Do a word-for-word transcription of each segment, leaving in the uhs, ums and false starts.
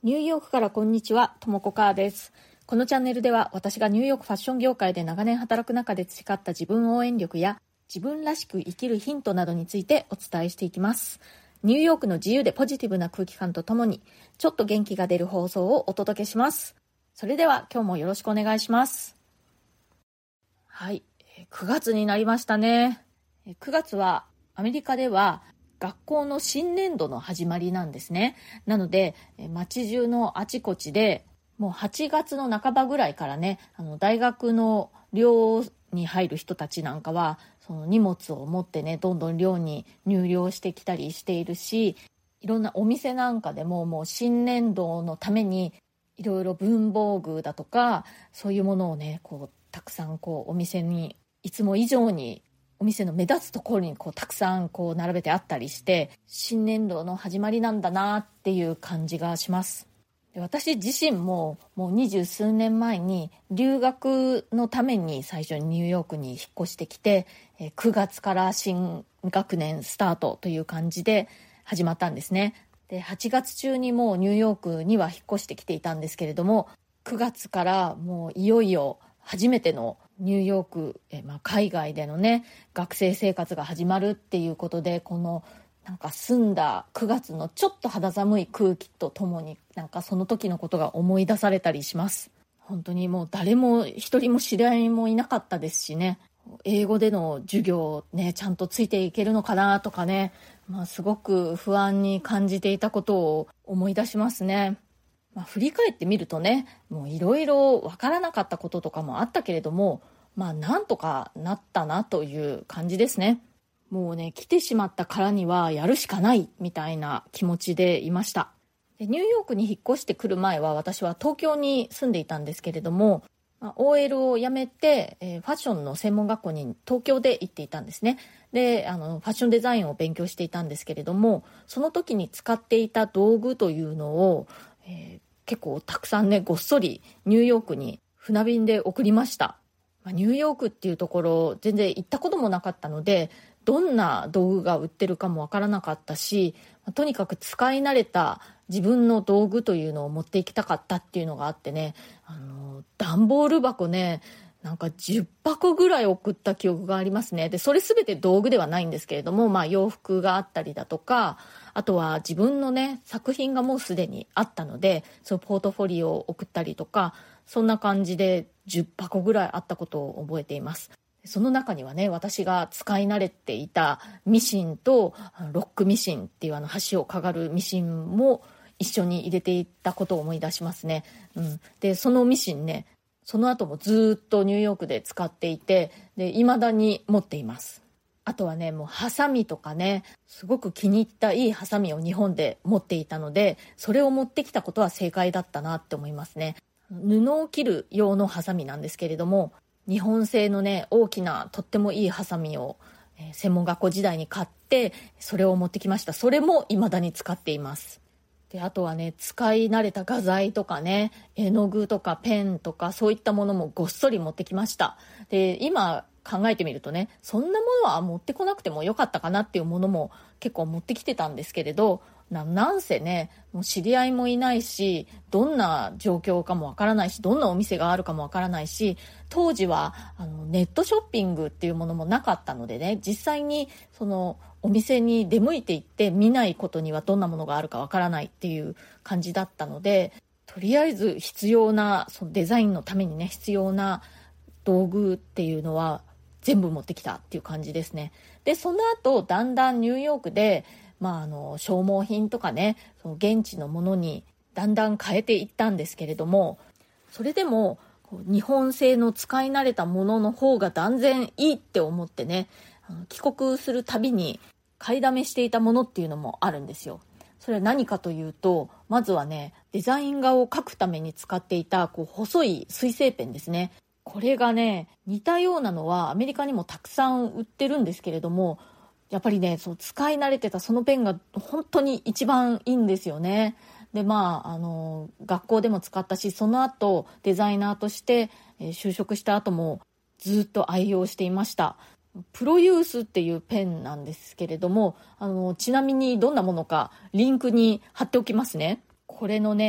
ニューヨークからこんにちは、ともこかーです。このチャンネルでは私がニューヨークファッション業界で長年働く中で培った自分応援力や自分らしく生きるヒントなどについてお伝えしていきます。ニューヨークの自由でポジティブな空気感とともにちょっと元気が出る放送をお届けします。それでは今日もよろしくお願いします。はい、くがつになりましたね。くがつはアメリカでは学校の新年度の始まりなんですね。なので街中のあちこちでもうはちがつの半ばぐらいからね、あの大学の寮に入る人たちなんかはその荷物を持ってね、どんどん寮に入寮してきたりしているし、いろんなお店なんかでももう新年度のためにいろいろ文房具だとかそういうものをね、こうたくさんこうお店にいつも以上にお店の目立つところにこうたくさんこう並べてあったりして、新年度の始まりなんだなっていう感じがします。で、私自身ももう二十数年前に留学のために最初にニューヨークに引っ越してきて、くがつから新学年スタートという感じで始まったんですね。で、はちがつ中にもうニューヨークには引っ越してきていたんですけれども、くがつからもういよいよ初めてのニューヨーク、え、まあ、海外でのね学生生活が始まるっていうことで、このなんか澄んだくがつのちょっと肌寒い空気とともになんかその時のことが思い出されたりします。本当にもう誰も一人も知り合いもいなかったですしね、英語での授業ねちゃんとついていけるのかなとかね、まあ、すごく不安に感じていたことを思い出しますね。まあ、振り返ってみるとね、もういろいろわからなかったこととかもあったけれども、まあなんとかなったなという感じですね。もうね、来てしまったからにはやるしかないみたいな気持ちでいました。で、ニューヨークに引っ越してくる前は私は東京に住んでいたんですけれども、まあ、オーエル を辞めて、えー、ファッションの専門学校に東京で行っていたんですね。で、あのファッションデザインを勉強していたんですけれども、その時に使っていた道具というのをえー、結構たくさんねごっそりニューヨークに船便で送りました。まあ、ニューヨークっていうところ全然行ったこともなかったので、どんな道具が売ってるかもわからなかったし、とにかく使い慣れた自分の道具というのを持っていきたかったっていうのがあってね、あの段ボール箱ねなんかじゅっぱこぐらい送った記憶がありますね。で、それ全て道具ではないんですけれども、まあ洋服があったりだとか、あとは自分のね作品がもうすでにあったので、そのポートフォリオを送ったりとか、そんな感じでじゅっぱこぐらいあったことを覚えています。その中にはね、私が使い慣れていたミシンとロックミシンっていうあの箸をかがるミシンも一緒に入れていったことを思い出しますね。うん、で、そのミシンね、その後もずっとニューヨークで使っていて、で、未だに持っています。あとはね、もうハサミとかね、すごく気に入ったいいハサミを日本で持っていたので、それを持ってきたことは正解だったなって思いますね。布を切る用のハサミなんですけれども、日本製のね大きなとってもいいハサミを、えー、専門学校時代に買って、それを持ってきました。それも未だに使っています。で、あとはね、使い慣れた画材とかね、絵の具とかペンとかそういったものもごっそり持ってきました。で、今考えてみるとね、そんなものは持ってこなくてもよかったかなっていうものも結構持ってきてたんですけれど、ななんせね、もう知り合いもいないし、どんな状況かもわからないし、どんなお店があるかもわからないし、当時はあのネットショッピングっていうものもなかったのでね、実際にそのお店に出向いていって見ないことにはどんなものがあるかわからないっていう感じだったので、とりあえず必要な、そのデザインのためにね必要な道具っていうのは全部持ってきたっていう感じですね。で、その後だんだんニューヨークで、まあ、あの消耗品とかね、その現地のものにだんだん変えていったんですけれども、それでも日本製の使い慣れたものの方が断然いいって思ってね、帰国するたびに買いだめしていたものっていうのもあるんですよ。それは何かというと、まずはね、デザイン画を描くために使っていたこう細い水性ペンですね。これがね、似たようなのはアメリカにもたくさん売ってるんですけれども、やっぱりね、そう使い慣れてたそのペンが本当に一番いいんですよね。で、まあ、あの学校でも使ったし、その後デザイナーとして、えー、就職した後もずっと愛用していました。プロユースっていうペンなんですけれども、あのちなみにどんなものかリンクに貼っておきますね。これのね、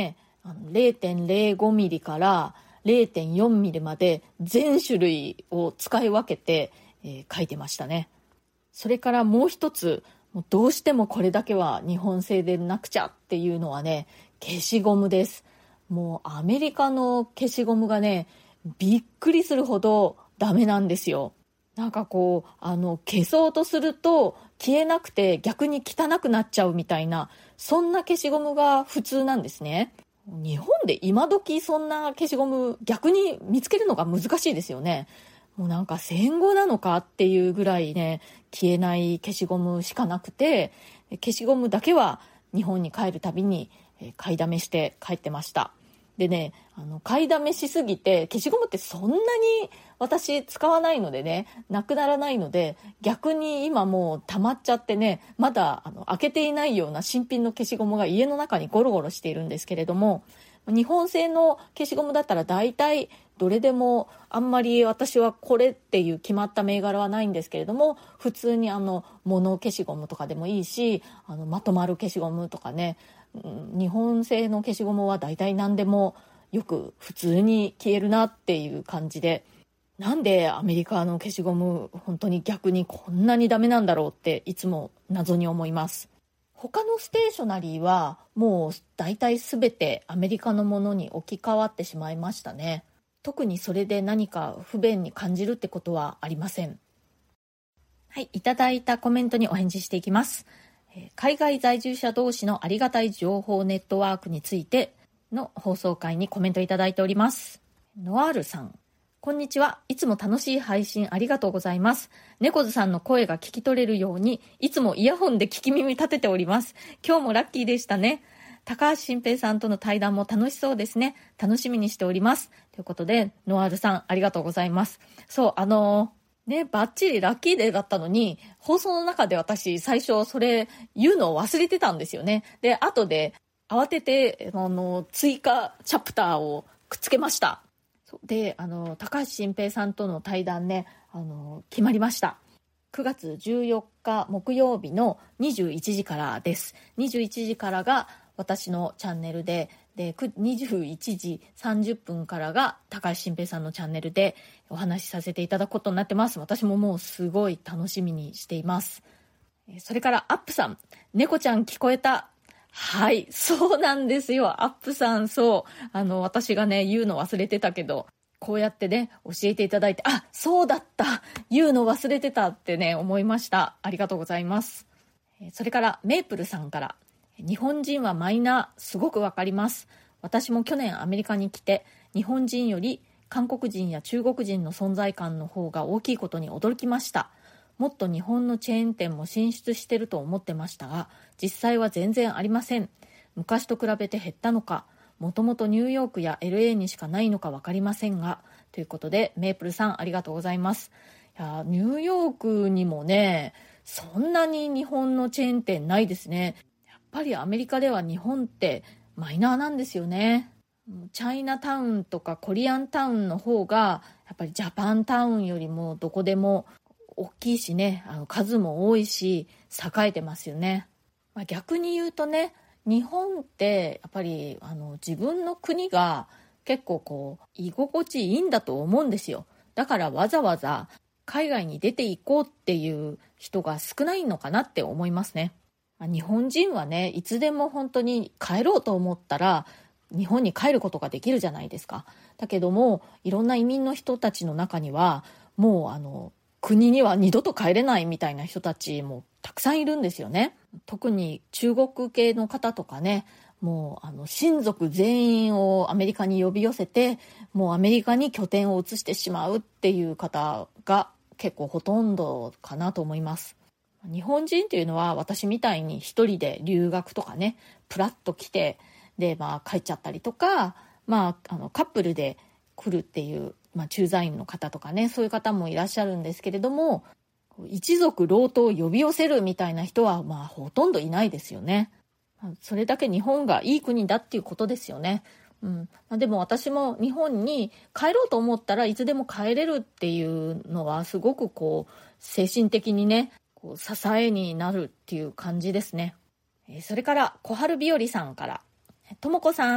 あの れいてんれいごミリから れいてんよんミリまで全種類を使い分けて、えー、書いてましたね。それからもう一つ、もうどうしてもこれだけは日本製でなくちゃっていうのはね、消しゴムです。もうアメリカの消しゴムがね、びっくりするほどダメなんですよ。なんかこう、あの、消そうとすると消えなくて逆に汚くなっちゃうみたいな、そんな消しゴムが普通なんですね。日本で今時そんな消しゴム逆に見つけるのが難しいですよね。もうなんか戦後なのかっていうぐらいね、消えない消しゴムしかなくて、消しゴムだけは日本に帰るたびに買いだめして帰ってました。でね、あの買いだめしすぎて、消しゴムってそんなに私使わないのでね、なくならないので、逆に今もう溜まっちゃってね、まだあの開けていないような新品の消しゴムが家の中にゴロゴロしているんですけれども、日本製の消しゴムだったら大体どれでも、あんまり私はこれっていう決まった銘柄はないんですけれども、普通にあの物消しゴムとかでもいいし、あのまとまる消しゴムとかね、日本製の消しゴムは大体何でもよく普通に消えるなっていう感じで、なんでアメリカの消しゴム本当に逆にこんなにダメなんだろうっていつも謎に思います。他のステーショナリーはもう大体全てアメリカのものに置き換わってしまいましたね。特にそれで何か不便に感じるってことはありません。はい、いただいたコメントにお返事していきます。海外在住者同士のありがたい情報ネットワークについての放送回にコメントいただいております。ノアールさん、こんにちは。いつも楽しい配信ありがとうございます。猫背さんの声が聞き取れるようにいつもイヤホンで聞き耳立てております。今日もラッキーでしたね。高橋新平さんとの対談も楽しそうですね。楽しみにしております。ということで、ノアールさんありがとうございます。そう、あのーね、バッチリラッキーデーだったのに、放送の中で私最初それ言うのを忘れてたんですよね。で、後で慌てて、あの、追加チャプターをくっつけました。で、あの、高橋新平さんとの対談ね、あの、決まりました。くがつじゅうよっか木曜日のにじゅういちじからです。にじゅういちじからが私のチャンネルで、でにじゅういちじさんじゅっぷんからが高橋新平さんのチャンネルでお話しさせていただくことになってます。私ももうすごい楽しみにしています。それからアップさん、猫ちゃん聞こえた。はい、そうなんですよ。アップさん、そう。あの、私がね、言うの忘れてたけど、こうやってね、教えていただいて、あ、そうだった。言うの忘れてたってね、思いました。ありがとうございます。それからメープルさんから、日本人はマイナー、すごくわかります。私も去年アメリカに来て、日本人より韓国人や中国人の存在感の方が大きいことに驚きました。もっと日本のチェーン店も進出してると思ってましたが、実際は全然ありません。昔と比べて減ったのか、もともとニューヨークや エルエー にしかないのか分かりませんが、ということでメープルさんありがとうございます。いや、ニューヨークにもね、そんなに日本のチェーン店ないですね。やっぱりアメリカでは日本ってマイナーなんですよね。チャイナタウンとかコリアンタウンの方がやっぱりジャパンタウンよりもどこでも大きいしね、あの数も多いし栄えてますよね。まあ、逆に言うとね、日本ってやっぱりあの自分の国が結構こう居心地いいんだと思うんですよ。だからわざわざ海外に出ていこうっていう人が少ないのかなって思いますね。まあ、日本人はね、いつでも本当に帰ろうと思ったら日本に帰ることができるじゃないですか。だけどもいろんな移民の人たちの中にはもうあの国には二度と帰れないみたいな人たちもたくさんいるんですよね。特に中国系の方とかね、もうあの親族全員をアメリカに呼び寄せて、もうアメリカに拠点を移してしまうっていう方が結構ほとんどかなと思います。日本人っていうのは私みたいに一人で留学とかね、プラッと来て、でまあ帰っちゃったりとか、まああのカップルで来るっていう、まあ、駐在員の方とかね、そういう方もいらっしゃるんですけれども、一族郎党を呼び寄せるみたいな人はまあほとんどいないですよね。それだけ日本がいい国だっていうことですよね。うん、でも私も日本に帰ろうと思ったらいつでも帰れるっていうのはすごくこう精神的にね、こう支えになるっていう感じですね。それから小春日和さんから、ともこさん、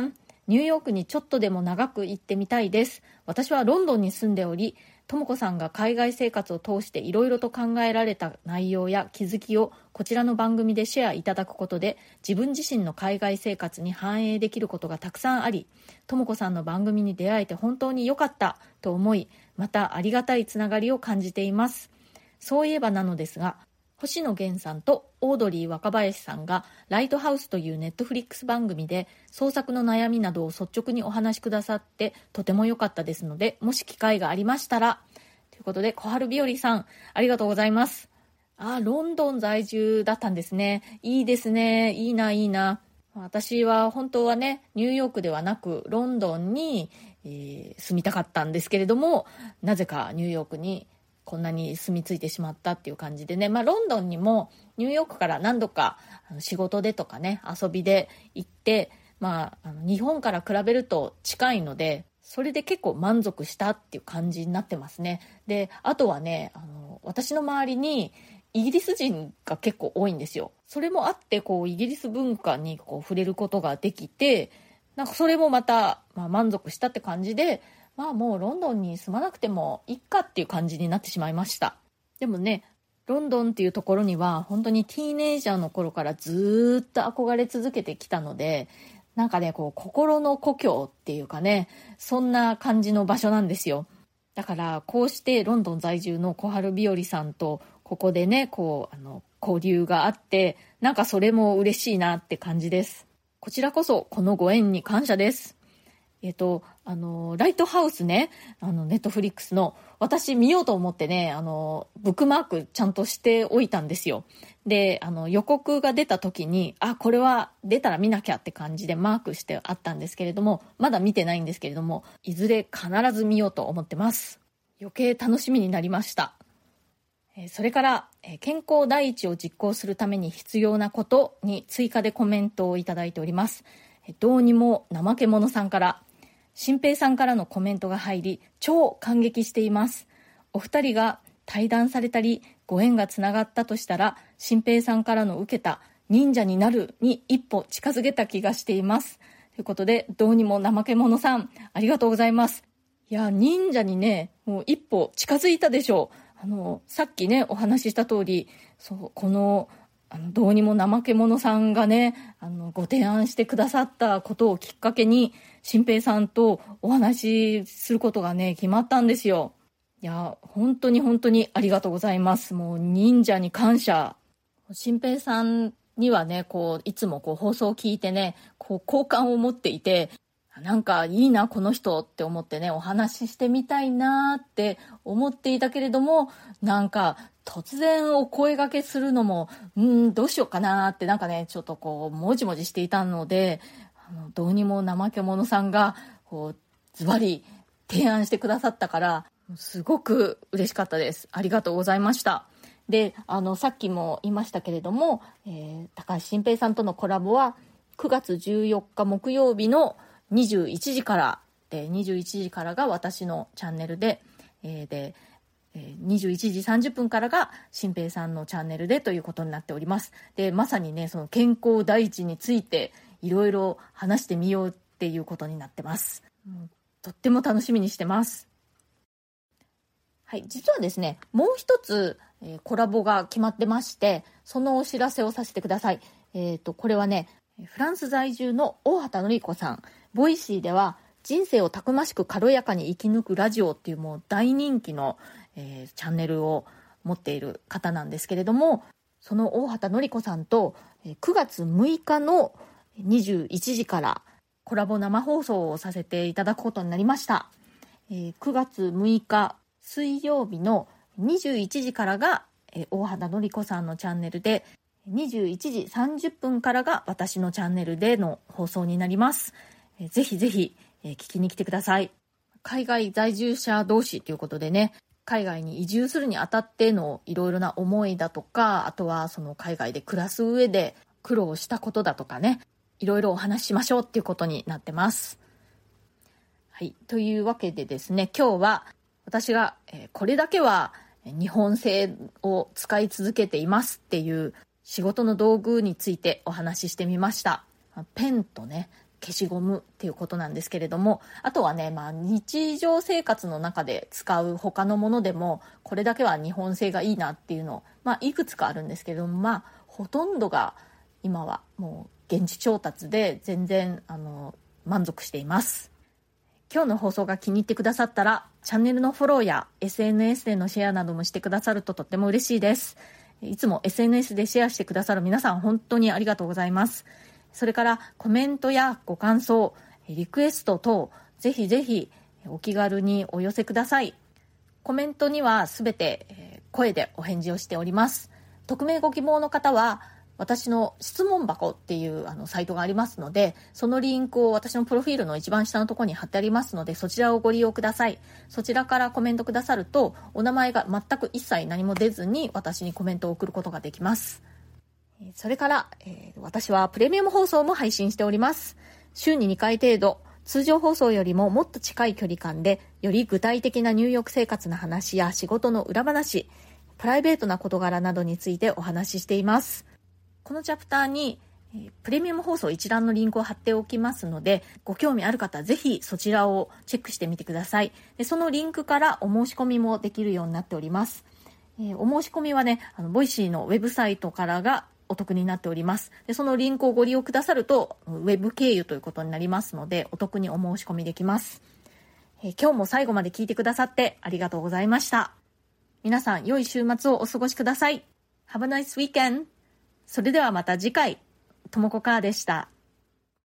ニューヨークにちょっとでも長く行ってみたいです。私はロンドンに住んでおり、ともこさんが海外生活を通していろいろと考えられた内容や気づきをこちらの番組でシェアいただくことで、自分自身の海外生活に反映できることがたくさんあり、ともこさんの番組に出会えて本当に良かったと思い、またありがたいつながりを感じています。そういえばなのですが、星野源さんとオードリー若林さんがライトハウスというネットフリックス番組で創作の悩みなどを率直にお話しくださってとても良かったですので、もし機会がありましたらということで、小春日和さんありがとうございます。あ、ロンドン在住だったんですね。いいですね。いいないいな。私は本当はね、ニューヨークではなくロンドンに、えー住みたかったんですけれども、なぜかニューヨークにこんなに住み着いてしまったっていう感じでね、まあ、ロンドンにもニューヨークから何度かあの仕事でとかね、遊びで行って、まあ、あの日本から比べると近いので、それで結構満足したっていう感じになってますね。で、あとはね、あの私の周りにイギリス人が結構多いんですよ。それもあって、こうイギリス文化にこう触れることができて、なんかそれもまた、まあ、満足したって感じで、まあもうロンドンに住まなくてもいいかっていう感じになってしまいました。でもね、ロンドンっていうところには本当にティーネイジャーの頃からずっと憧れ続けてきたので、なんかね、こう心の故郷っていうかね、そんな感じの場所なんですよ。だからこうしてロンドン在住の小春日和さんとここでね、こうあの交流があって、なんかそれも嬉しいなって感じです。こちらこそこのご縁に感謝です。えっと、あの、ライトハウスね、あの、ネットフリックスの、私見ようと思ってね、あの、ブックマークちゃんとしておいたんですよ。で、あの、予告が出た時に、あ、これは出たら見なきゃって感じでマークしてあったんですけれども、まだ見てないんですけれども、いずれ必ず見ようと思ってます。余計楽しみになりました。それから、健康第一を実行するために必要なことに追加でコメントをいただいております。どうにも怠け者さんから、新平さんからのコメントが入り、超感激しています。お二人が対談されたり、ご縁がつながったとしたら、新平さんからの受けた忍者になるに一歩近づけた気がしています。ということで、どうにも怠け者さん、ありがとうございます。いや、忍者にね、もう一歩近づいたでしょう。あの、さっきね、お話しした通り、そう、この、あのどうにも怠け者さんがね、あのご提案してくださったことをきっかけに新平さんとお話しすることがね決まったんですよ。いや本当に本当にありがとうございます。もう忍者に感謝。新平さんにはね、こういつもこう放送を聞いてね、こう好感を持っていて、なんかいいなこの人って思ってね、お話ししてみたいなって思っていたけれども、なんか突然お声掛けするのもうーんどうしようかなって、なんかねちょっとこうもじもじしていたので、あのどうにも怠け者さんがこうズバリ提案してくださったから、すごく嬉しかったです。ありがとうございました。で、あのさっきも言いましたけれども、えー、高橋新平さんとのコラボはくがつじゅうよっか木曜日のにじゅういちじからで、にじゅういちじからが私のチャンネルで、えー、で、えー、にじゅういちじさんじゅっぷんからが新平さんのチャンネルでということになっております。で、まさにね、その健康第一についていろいろ話してみようっていうことになってます。うん、とっても楽しみにしてます。はい、実はですね、もう一つ、えー、コラボが決まってまして、そのお知らせをさせてください。えーと、これはね、フランス在住の大畑典子さん、ボイシーでは人生をたくましく軽やかに生き抜くラジオっていうもう大人気の、えー、チャンネルを持っている方なんですけれども、その大畑典子さんとくがつむいかのにじゅういちじからコラボ生放送をさせていただくことになりました。えー、くがつむいか水曜日のにじゅういちじからが、えー、大畑典子さんのチャンネルで、にじゅういちじさんじゅっぷんからが私のチャンネルでの放送になります。えー、ぜひぜひ、えー、聞きに来てください。海外在住者同士ということでね、海外に移住するにあたってのいろいろな思いだとか、あとはその海外で暮らす上で苦労したことだとかね、いろいろお話ししましょうっていうことになってます。はい、というわけでですね、今日は私が、えー、これだけは日本製を使い続けていますっていう仕事の道具についてお話ししてみました。ペンとね、 消しゴムっていうことなんですけれども、あとはね、まあ、日常生活の中で使う他のものでもこれだけは日本製がいいなっていうの、まあ、いくつかあるんですけれども、まあ、ほとんどが今はもう現地調達で全然あの満足しています。今日の放送が気に入ってくださったらチャンネルのフォローや エスエヌエス でのシェアなどもしてくださるととっても嬉しいです。いつも エスエヌエス でシェアしてくださる皆さん本当にありがとうございます。それからコメントやご感想、リクエスト等ぜひぜひお気軽にお寄せください。コメントにはすべて声でお返事をしております。匿名ご希望の方は私の質問箱っていうあのサイトがありますので、そのリンクを私のプロフィールの一番下のところに貼ってありますので、そちらをご利用ください。そちらからコメントくださると、お名前が全く一切何も出ずに私にコメントを送ることができます。それから、えー、私はプレミアム放送も配信しております。週ににかい程度、通常放送よりももっと近い距離感で、より具体的な入浴生活の話や仕事の裏話、プライベートな事柄などについてお話ししています。このチャプターにプレミアム放送一覧のリンクを貼っておきますので、ご興味ある方はぜひそちらをチェックしてみてください。でそのリンクからお申し込みもできるようになっております。えー、お申し込みはね、あのボイシーのウェブサイトからがお得になっております。でそのリンクをご利用くださるとウェブ経由ということになりますので、お得にお申し込みできます。えー、今日も最後まで聞いてくださってありがとうございました。皆さん良い週末をお過ごしください。Have a nice weekend! それではまた次回、ともこかーでした。